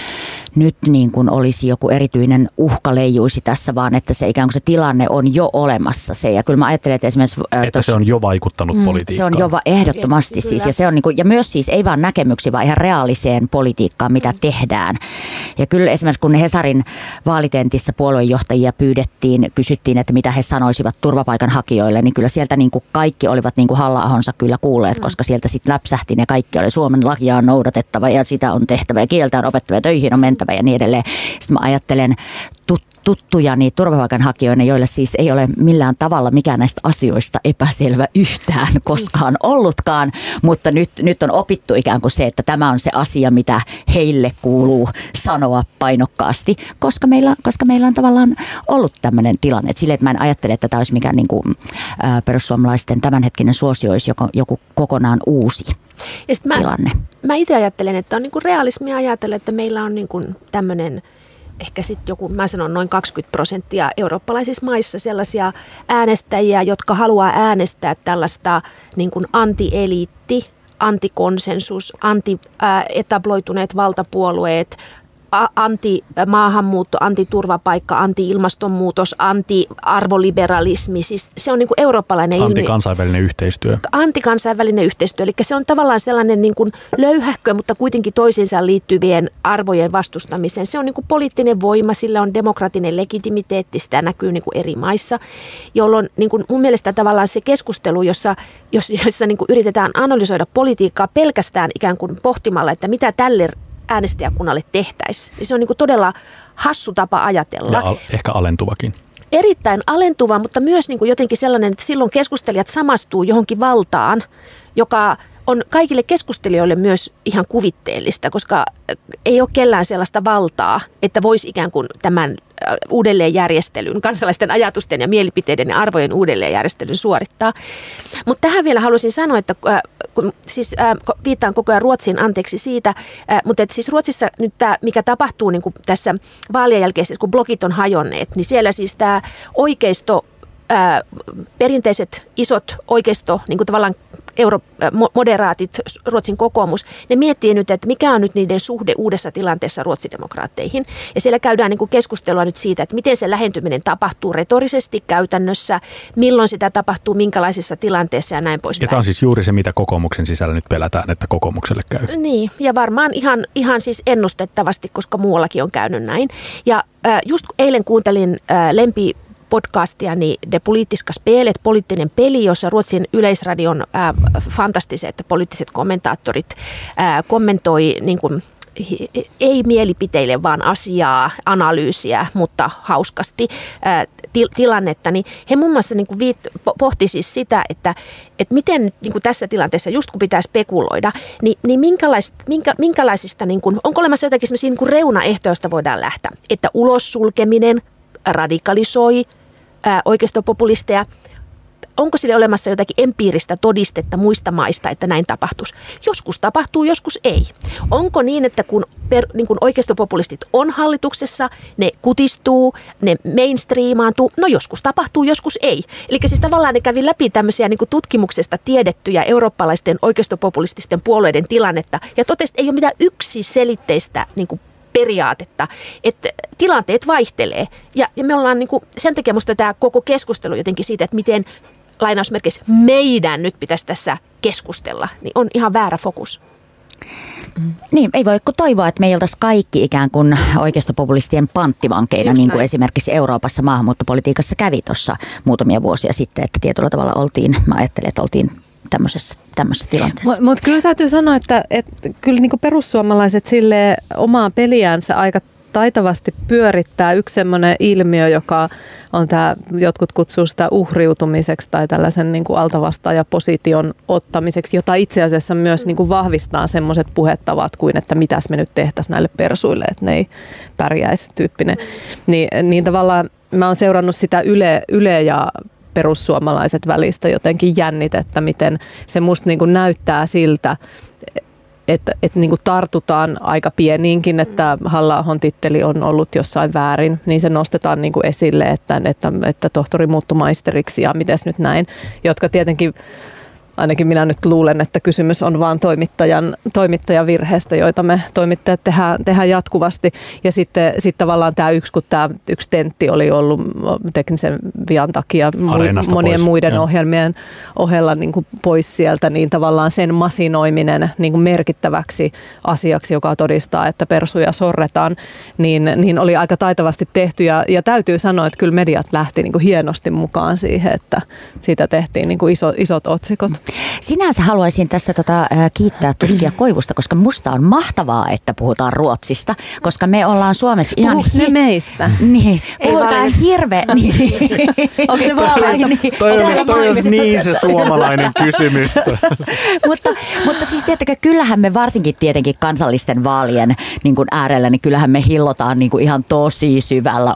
niin kuin olisi joku erityinen uhka leijuisi tässä, vaan että se ikään kuin se tilanne on jo olemassa se. Ja kyllä mä ajattelen, että esimerkiksi... Että se on jo vaikuttanut politiikkaan. Se on jo ehdottomasti siis. Ja, se on niin kuin, ja myös siis ei vaan näkemyksiä, vaan ihan reaaliseen politiikkaan, mitä tehdään. Ja kyllä esimerkiksi kun Hesarin vaalitentissä puoluejohtajia kysyttiin, että mitä he sanoisivat turvapaikanhakijoille, niin kyllä sieltä niin kuin kaikki olivat niin kuin Halla-ahonsa kyllä kuulleet, koska sieltä sitten läpsähti ne kaikki oli Suomen lakia on noudatettava ja sitä on tehtävä ja kieltä on opettava ja töihin on mentävä ja niin edelleen. Sitten mä ajattelen tuttuja niin turvapaikanhakijoina, joille siis ei ole millään tavalla mikään näistä asioista epäselvä yhtään koskaan ollutkaan, mutta nyt on opittu ikään kuin se, että tämä on se asia, mitä heille kuuluu sanoa painokkaasti, koska meillä on tavallaan ollut tämmöinen tilanne. Että sille, että mä en ajattele, että tämä olisi mikään niin kuin, perussuomalaisten tämänhetkinen suosio olisi joku kokonaan uusi tilanne. Mä itse ajattelen, että on niin kuin realismia ajatella, että meillä on niin kuin tämmöinen ehkä sitten joku, mä sanon noin 20% eurooppalaisissa maissa sellaisia äänestäjiä, jotka haluaa äänestää tällaista niin kuin anti-eliitti, antikonsensus, anti-etabloituneet valtapuolueet, anti-maahanmuutto, anti-turvapaikka, anti-ilmastonmuutos, anti-arvoliberalismi. Siis se on niin kuin eurooppalainen ilmiö. Antikansainvälinen yhteistyö. Antikansainvälinen yhteistyö. Eli se on tavallaan sellainen niin kuin löyhäkkö, mutta kuitenkin toisiinsa liittyvien arvojen vastustamiseen. Se on niin kuin poliittinen voima, sillä on demokraattinen legitimiteetti, sitä näkyy niin kuin eri maissa, jolloin niin kuin mun mielestä tavallaan se keskustelu, jossa niin kuin yritetään analysoida politiikkaa pelkästään ikään kuin pohtimalla, että mitä tälle äänestäjäkunnalle tehtäisiin. Se on niin kuin todella hassu tapa ajatella. Ja ehkä alentuvakin. Erittäin alentuva, mutta myös niin kuin jotenkin sellainen, että silloin keskustelijat samastuu johonkin valtaan, joka on kaikille keskustelijoille myös ihan kuvitteellista, koska ei ole kellään sellaista valtaa, että voisi ikään kuin tämän uudelleenjärjestelyn, kansalaisten ajatusten ja mielipiteiden ja arvojen uudelleenjärjestelyn suorittaa. Mutta tähän vielä haluaisin sanoa, että viittaan koko ajan Ruotsiin, anteeksi siitä, mutta että siis Ruotsissa nyt tämä, mikä tapahtuu niin kuin tässä vaalien jälkeisessä, kun blogit on hajonneet, niin siellä siis tämä oikeisto, perinteiset isot oikeisto, niin kuin tavallaan moderaatit, Ruotsin kokoomus, ne miettii nyt, että mikä on nyt niiden suhde uudessa tilanteessa ruotsidemokraatteihin. Ja siellä käydään niin kuin keskustelua nyt siitä, että miten se lähentyminen tapahtuu retorisesti käytännössä, milloin sitä tapahtuu, minkälaisissa tilanteissa ja näin poispäin. Ja tämä on siis juuri se, mitä kokoomuksen sisällä nyt pelätään, että kokoomukselle käy. Niin, ja varmaan ihan siis ennustettavasti, koska muuallakin on käynyt näin. Ja just eilen kuuntelin podcastiani De Politiska Spelet, poliittinen peli, jossa Ruotsin Yleisradion fantastiset poliittiset kommentaattorit kommentoi niin kuin, ei mielipiteille, vaan asiaa, analyysiä, mutta hauskasti tilannetta, niin he muun muassa niin kuin pohti siis sitä, että miten niin kuin tässä tilanteessa, just kun pitää spekuloida, niin minkälaisista, niin kuin, onko olemassa jotakin sellaisia niin kuin reunaehtoja, joista voidaan lähteä, että ulos sulkeminen radikalisoi oikeistopopulisteja. Onko sille olemassa jotakin empiiristä todistetta muista maista, että näin tapahtuisi? Joskus tapahtuu, joskus ei. Onko niin, että niin kun oikeistopopulistit on hallituksessa, ne kutistuu, ne mainstreamaantuu? No joskus tapahtuu, joskus ei. Eli siis tavallaan ne kävi läpi tämmöisiä niin kuin tutkimuksesta tiedettyjä eurooppalaisten oikeistopopulististen puolueiden tilannetta ja totesi, että ei ole mitään yksiselitteistä niin kuin periaatetta, että tilanteet vaihtelee. Ja me ollaan niin kuin, sen takia musta tämä koko keskustelu jotenkin siitä, että miten lainausmerkeissä meidän nyt pitäisi tässä keskustella, niin on ihan väärä fokus. Niin, ei voi toivoa, että me ei oltaisi kaikki ikään kuin oikeistopopulistien panttivankeina, niin kuin esimerkiksi Euroopassa maahanmuuttopolitiikassa kävi tuossa muutamia vuosia sitten, että tietyllä tavalla mä ajattelen, että oltiin tämmöisessä tilanteessa. Mutta kyllä täytyy sanoa, että kyllä niinku perussuomalaiset sille omaa peliänsä aika taitavasti pyörittää yksi semmoinen ilmiö, joka on tämä, jotkut kutsuu sitä uhriutumiseksi tai tällaisen niin kuin altavastaajaposition ottamiseksi, jota itse asiassa myös niin kuin vahvistaa semmoiset puhettavat kuin, että mitäs me nyt tehtäisiin näille persuille, että ne ei pärjäisi tyyppinen. Niin tavallaan mä oon seurannut sitä Yle ja perussuomalaiset välistä jotenkin jännitettä, miten se musta niin kuin näyttää siltä, että niin kuin tartutaan aika pieniinkin, että Halla-ahon titteli on ollut jossain väärin, niin se nostetaan niin kuin esille, että tohtori muuttui maisteriksi ja mites nyt näin, jotka tietenkin ainakin minä nyt luulen, että kysymys on vaan toimittajan virheestä, joita me toimittajat tehdään jatkuvasti. Ja sitten tavallaan tämä yksi tentti oli ollut teknisen vian takia monien muiden ohjelmien ohella niin kuin pois sieltä, niin tavallaan sen masinoiminen niin kuin merkittäväksi asiaksi, joka todistaa, että persuja sorretaan, niin oli aika taitavasti tehty. Ja täytyy sanoa, että kyllä mediat lähti niin kuin hienosti mukaan siihen, että siitä tehtiin niin kuin isot otsikot. Sinänsä haluaisin tässä kiittää tutkija Koivusta, koska musta on mahtavaa, että puhutaan Ruotsista, koska me ollaan Suomessa ihan... Puhuuko ne meistä? Niin, puhutaan hirveän... Onko se vaaleita? Toi on niin se suomalainen kysymys. mutta siis tiedättekö, kyllähän me varsinkin tietenkin kansallisten vaalien niin kuin äärellä, niin kyllähän me hillotaan niin kuin ihan tosi syvällä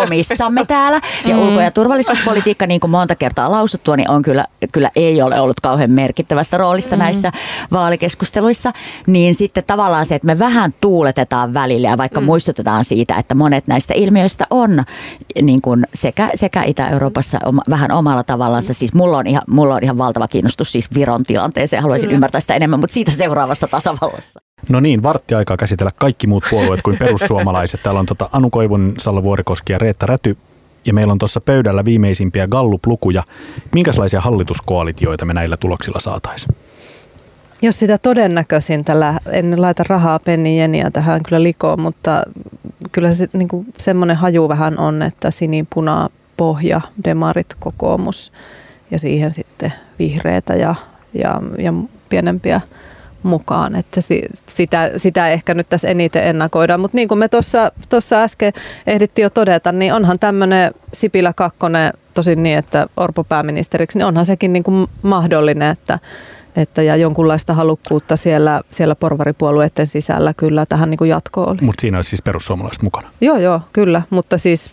omissamme täällä. Ja ulko- ja turvallisuuspolitiikka, niin kuin monta kertaa lausuttua, niin on kyllä ei ole ollut kauhean merkittävässä roolissa näissä vaalikeskusteluissa, niin sitten tavallaan se, että me vähän tuuletetaan välillä ja vaikka muistutetaan siitä, että monet näistä ilmiöistä on niin kuin sekä Itä-Euroopassa vähän omalla tavallaan. Siis mulla on ihan valtava kiinnostus siis Viron tilanteeseen, haluaisin ymmärtää sitä enemmän, mutta siitä seuraavassa tasavallassa. No niin, vartti aikaa käsitellä kaikki muut puolueet kuin perussuomalaiset. Täällä on Anu Koivun, Salla Vuorikoski ja Reetta Räty. Ja meillä on tuossa pöydällä viimeisimpiä Gallup-lukuja. Minkälaisia hallituskoalitioita me näillä tuloksilla saataisiin? Jos sitä todennäköisintä, en laita rahaa pennieniä tähän kyllä likoon, mutta kyllä se niin semmoinen haju vähän on, että sinipuna, pohja, demarit, kokoomus ja siihen sitten vihreätä ja pienempiä mukaan, että sitä ehkä nyt tässä eniten ennakoidaan, mutta niin kuin me tuossa äsken ehdittiin jo todeta, niin onhan tämmöinen Sipilä kakkonen tosin niin, että Orpo pääministeriksi, niin onhan sekin niin kuin mahdollinen, että ja jonkunlaista halukkuutta siellä porvaripuolueiden sisällä kyllä tähän niin kuin jatkoon olisi. Mutta siinä olisi siis perussuomalaiset mukana? Joo, kyllä, mutta siis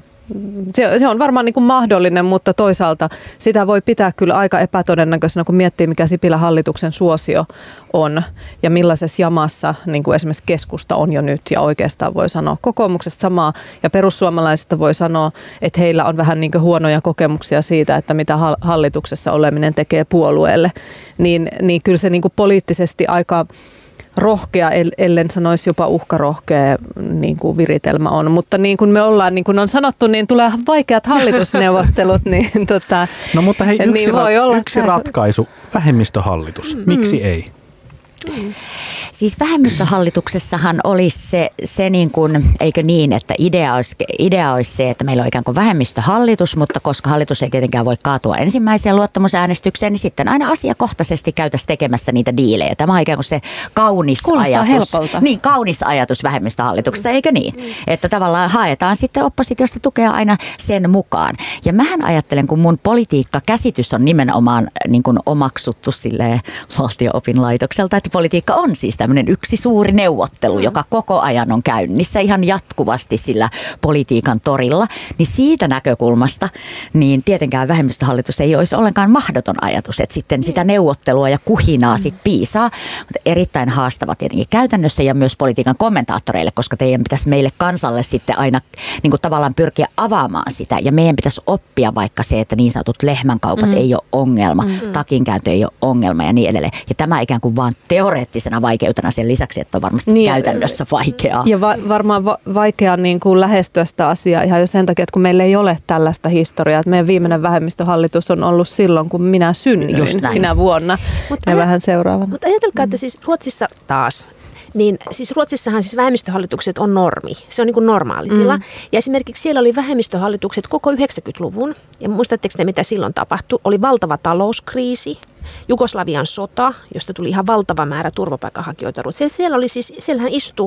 se on varmaan niin kuin mahdollinen, mutta toisaalta sitä voi pitää kyllä aika epätodennäköisenä, kun miettii, mikä Sipilän hallituksen suosio on ja millaisessa jamassa niin kuin esimerkiksi keskusta on jo nyt ja oikeastaan voi sanoa kokoomuksesta samaa ja perussuomalaisista voi sanoa, että heillä on vähän niin kuin huonoja kokemuksia siitä, että mitä hallituksessa oleminen tekee puolueelle, niin kyllä se niin kuin poliittisesti aika rohkea, ellen sanoisi jopa uhkarohkea niin kuin viritelmä on, mutta niin kuin me ollaan, niin kuin on sanottu, niin tulee vaikeat hallitusneuvottelut, niin no mutta hei, yksi niin ratkaisu, vähemmistöhallitus, miksi ei? Siis vähemmistöhallituksessahan olisi se niin kuin, eikö niin, että idea olisi se, että meillä on ikään kuin vähemmistöhallitus, mutta koska hallitus ei tietenkään voi kaatua ensimmäiseen luottamusäänestykseen, niin sitten aina asiakohtaisesti käytäisiin tekemässä niitä diilejä. Tämä on ikään kuin se kaunis kuulostaa ajatus. Helpolta. Niin, kaunis ajatus vähemmistöhallituksessa, eikö niin? Että tavallaan haetaan sitten oppositiosta tukea aina sen mukaan. Ja mähän ajattelen, kun mun politiikkakäsitys on nimenomaan niin kuin omaksuttu silleen valtio-opinlaitokselta, että politiikka on siis tämmöinen yksi suuri neuvottelu, joka koko ajan on käynnissä ihan jatkuvasti sillä politiikan torilla, niin siitä näkökulmasta niin tietenkään vähemmistöhallitus ei olisi ollenkaan mahdoton ajatus, että sitten sitä neuvottelua ja kuhinaa sit piisaa, mutta erittäin haastava tietenkin käytännössä ja myös politiikan kommentaattoreille, koska teidän pitäisi meille kansalle sitten aina niin kuin tavallaan pyrkiä avaamaan sitä ja meidän pitäisi oppia vaikka se, että niin sanotut lehmänkaupat ei ole ongelma, takinkääntö ei ole ongelma ja niin edelleen. Ja tämä ikään kuin vaan teoreettisena vaikeutena sen lisäksi, että on varmasti niin, käytännössä vaikeaa. Ja varmaan vaikea niin kuin lähestyä sitä asiaa ihan jo sen takia, että kun meillä ei ole tällaista historiaa, että meidän viimeinen vähemmistöhallitus on ollut silloin, kun minä synnyin sinä vuonna ja vähän seuraavana. Mutta ajatelkaa, että siis Ruotsissa taas, niin siis Ruotsissahan siis vähemmistöhallitukset on normi. Se on niin kuin normaali tila. Ja esimerkiksi siellä oli vähemmistöhallitukset koko 90-luvun. Ja muistatteko te, mitä silloin tapahtui? Oli valtava talouskriisi, Jugoslavian sota, josta tuli ihan valtava määrä turvapaikanhakijoita Ruotsissa. Siellähän istui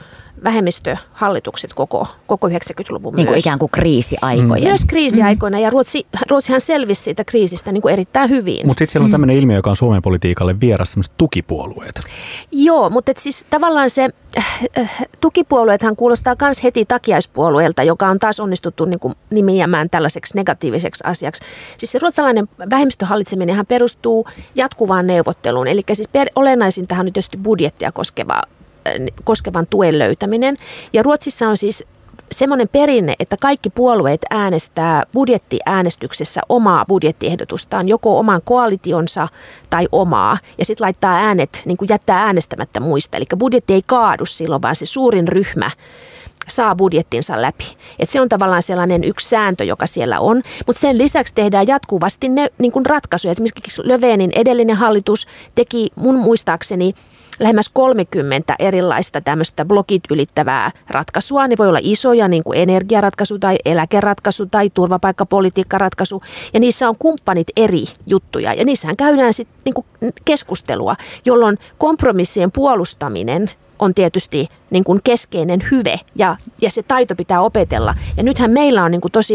vähemmistöhallitukset koko 90-luvun niin kuin ikään kuin kriisiaikojen. Myös kriisiaikoina, ja Ruotsihan selvisi siitä kriisistä niin kuin erittäin hyvin. Mutta sitten siellä on tämmöinen ilmiö, joka on Suomen politiikalle vieras, tämmöiset tukipuolueet. Joo, mutta siis tavallaan se tukipuolueethan kuulostaa myös heti takiaispuolueelta, joka on taas onnistuttu niin kuin nimiämään tällaiseksi negatiiviseksi asiaksi. Siis se ruotsalainen vähemmistöhallitseminenhan perustuu jatkuvaan neuvotteluun, eli siis olennaisintahan on nyt tietysti budjettia koskevan tuen löytäminen. Ja Ruotsissa on siis semmoinen perinne, että kaikki puolueet äänestää budjettiäänestyksessä omaa budjettiehdotustaan, joko oman koalitionsa tai omaa, ja sitten laittaa äänet, niin kuin jättää äänestämättä muista. Eli budjetti ei kaadu silloin, vaan se suurin ryhmä saa budjettinsa läpi. Et se on tavallaan sellainen yksi sääntö, joka siellä on, mutta sen lisäksi tehdään jatkuvasti niin kuin ratkaisuja. Esimerkiksi Löfvenin edellinen hallitus teki mun muistaakseni lähemmäs 30 erilaista tämmöistä blokit ylittävää ratkaisua. Ne voi olla isoja, niin kuin energiaratkaisu tai eläkeratkaisu tai turvapaikkapolitiikkaratkaisu. Ja niissä on kumppanit eri juttuja. Ja niissähän käydään sitten niin kuin keskustelua, jolloin kompromissien puolustaminen on tietysti niin kuin keskeinen hyve ja se taito pitää opetella. Ja nythän meillä on niin kuin tosiaan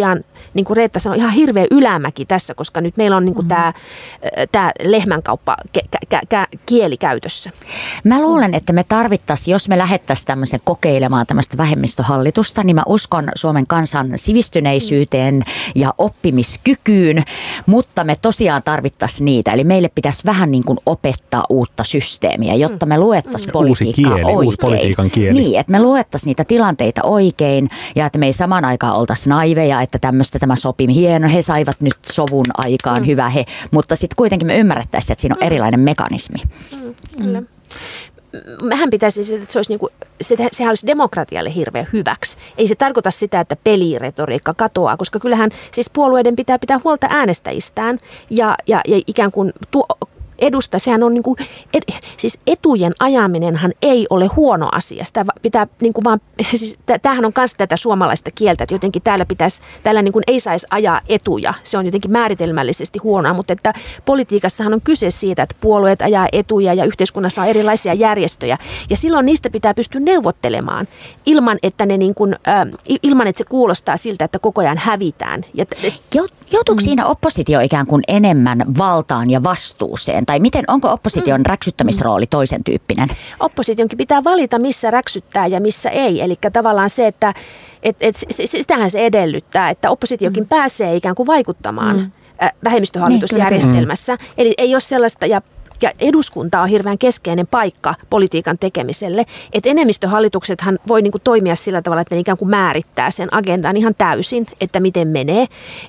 niin kuin Reetta sanoi, ihan hirveä ylämäki tässä, koska nyt meillä on niin kuin tämä lehmänkauppa kieli käytössä. Mä luulen, että me tarvittaisiin, jos me lähettäisiin tämmöisen kokeilemaan tämmöistä vähemmistöhallitusta, niin mä uskon Suomen kansan sivistyneisyyteen ja oppimiskykyyn, mutta me tosiaan tarvittaisiin niitä. Eli meille pitäisi vähän niin kuin opettaa uutta systeemiä, jotta me luettaisiin politiikkaa oikein. Uusi politiikan kieli. Niin, että me luettaisiin niitä tilanteita oikein ja että me ei samaan aikaan oltaisi naiveja, että tämä sopii hieno, he saivat nyt sovun aikaan, hyvä he, mutta sitten kuitenkin me ymmärrettäisiin, että siinä on erilainen mekanismi. Kyllä. Mähän pitäisi, että se olisi niin kuin, sehän olisi demokratialle hirveän hyväksi. Ei se tarkoita sitä, että peliretoriikka katoaa, koska kyllähän siis puolueiden pitää huolta äänestäjistään ja ikään kuin sehän on niin kuin, siis etujen ajaminenhan ei ole huono asia. Sitä pitää niin kuin vaan, siis tämähän on myös tätä suomalaista kieltä, että jotenkin täällä niin kuin ei saisi ajaa etuja. Se on jotenkin määritelmällisesti huonoa, mutta että politiikassahan on kyse siitä, että puolueet ajaa etuja ja yhteiskunnassa on erilaisia järjestöjä. Ja silloin niistä pitää pystyä neuvottelemaan ilman, että se kuulostaa siltä, että koko ajan hävitään. Joutuuko siinä oppositio ikään kuin enemmän valtaan ja vastuuseen? Tai onko opposition räksyttämisrooli toisen tyyppinen? Oppositionkin pitää valita, missä räksyttää ja missä ei. Eli tavallaan se, että sitähän se edellyttää, että oppositiokin pääsee ikään kuin vaikuttamaan vähemmistöhallitusjärjestelmässä. Eli ei ole sellaista, ja eduskunta on hirveän keskeinen paikka politiikan tekemiselle, että enemmistöhallituksethan voi niin kuin toimia sillä tavalla, että ne ikään kuin määrittää sen agendan ihan täysin, että miten menee.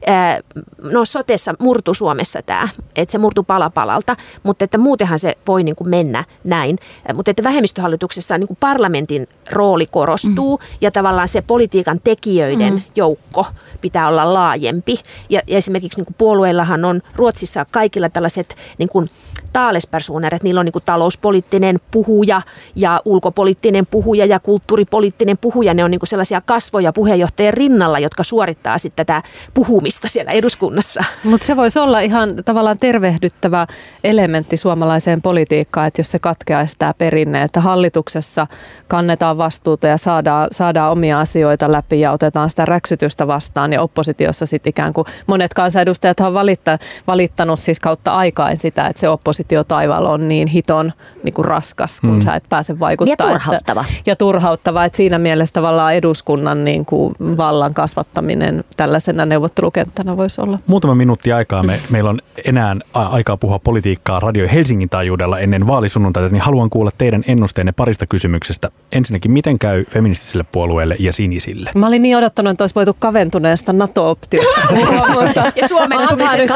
No sotessa murtui Suomessa tämä, että se murtui pala palalta, mutta että muutenhan se voi niin kuin mennä näin. Mutta että vähemmistöhallituksessa niin kuin parlamentin rooli korostuu ja tavallaan se politiikan tekijöiden joukko pitää olla laajempi. Ja esimerkiksi niin kuin puolueillahan on Ruotsissa kaikilla tällaiset niin kuin talespersoner, että niillä on niin kuin talouspoliittinen puhuja ja ulkopoliittinen puhuja ja kulttuuripoliittinen puhuja. Ne on niin kuin sellaisia kasvoja puheenjohtajien rinnalla, jotka suorittaa sitten tätä puhumista siellä eduskunnassa. Mutta se voisi olla ihan tavallaan tervehdyttävä elementti suomalaiseen politiikkaan, että jos se katkeaisi tämä perinne, että hallituksessa kannetaan vastuuta ja saadaan omia asioita läpi ja otetaan sitä räksytystä vastaan ja oppositiossa sitten ikään kuin monet kansanedustajat on valittanut siis kautta aikaan sitä, että se oppositiotaival on niin hiton niin kuin raskas, kun sä et pääse vaikuttamaan. Ja turhauttava. Ja turhauttava, että siinä mielessä tavallaan eduskunnan niin kuin vallan kasvattaminen tällaisena neuvottelukenttänä voisi olla. Muutama minuutti aikaa. Meillä on enää aikaa puhua politiikkaa Radio Helsingin taajuudella ennen vaalisunnuntaita, niin haluan kuulla teidän ennusteenne parista kysymyksestä. Ensinnäkin, miten käy feministiselle puolueelle ja sinisille? Mä olin niin odottanut, että olisi voitu kaventuneesta NATO-optiota. Ja suomentumisesta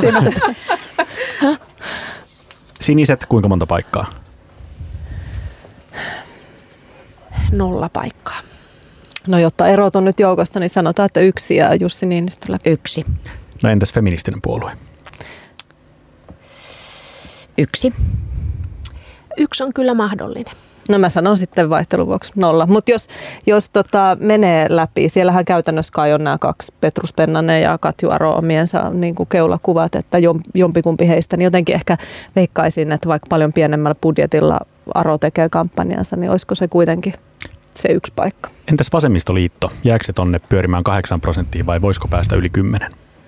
Siniset, kuinka monta paikkaa? 0 paikkaa. No jotta erot on nyt joukosta, niin sanotaan, että 1 ja Jussi Niinistö läpi. 1. No entäs feministinen puolue? 1. 1 on kyllä mahdollinen. No mä sanon sitten vaihtelun vuoksi 0. Mutta jos menee läpi, siellähän käytännössä kai on nämä 2, Petrus Pennanen ja Katju Aro omiensa niin kuin keulakuvat, että jompikumpi heistä, niin jotenkin ehkä veikkaisin, että vaikka paljon pienemmällä budjetilla Aro tekee kampanjansa, niin olisiko se kuitenkin se 1 paikka. Entäs vasemmistoliitto? Jääkö se tonne pyörimään 8% vai voisiko päästä yli 10?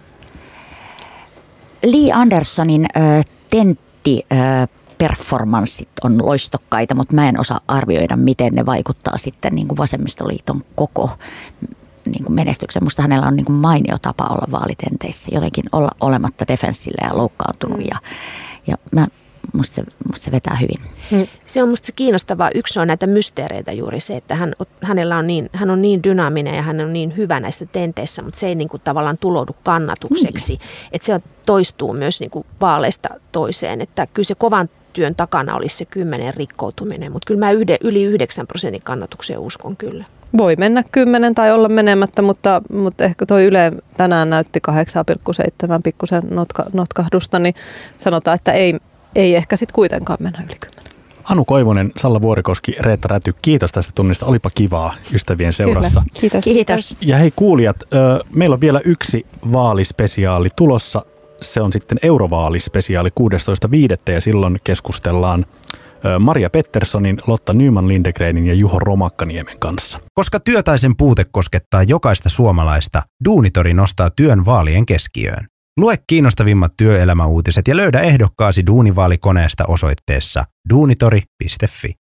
Li Anderssonin tentti performanssit on loistokkaita, mutta mä en osaa arvioida, miten ne vaikuttaa sitten niin kuin vasemmistoliiton koko niin kuin menestykseen. Musta hänellä on niin kuin mainio tapa olla vaalitenteissä, jotenkin olla olematta defenssillä ja loukkaantunut ja musta se vetää hyvin. Se on musta kiinnostavaa. Yksi on näitä mysteereitä juuri se, että hän on niin dynaaminen ja hän on niin hyvä näissä tenteissä, mutta se ei niin kuin tavallaan tuloudu kannatukseksi. Että se toistuu myös niin kuin vaaleista toiseen, että kyllä se kovan työn takana olisi se 10 rikkoutuminen, mutta kyllä mä yli 9% kannatukseen uskon kyllä. Voi mennä 10 tai olla menemättä, mutta ehkä toi Yle tänään näytti 8,7 pikkusen notkahdusta, niin sanotaan, että ei ehkä sitten kuitenkaan mennä yli 10. Anu Koivunen, Salla Vuorikoski, Reetta Räty, kiitos tästä tunnista. Olipa kivaa ystävien seurassa. Kyllä. Kiitos. Ja hei kuulijat, meillä on vielä yksi vaalispesiaali tulossa. Se on sitten eurovaalispesiaali 16.5. ja silloin keskustellaan Maria Petterssonin, Lotta Nyman-Lindegrenin ja Juho Romakkaniemen kanssa. Koska työ tai sen puute koskettaa jokaista suomalaista, Duunitori nostaa työn vaalien keskiöön. Lue kiinnostavimmat työelämäuutiset ja löydä ehdokkaasi duunivaalikoneesta osoitteessa duunitori.fi.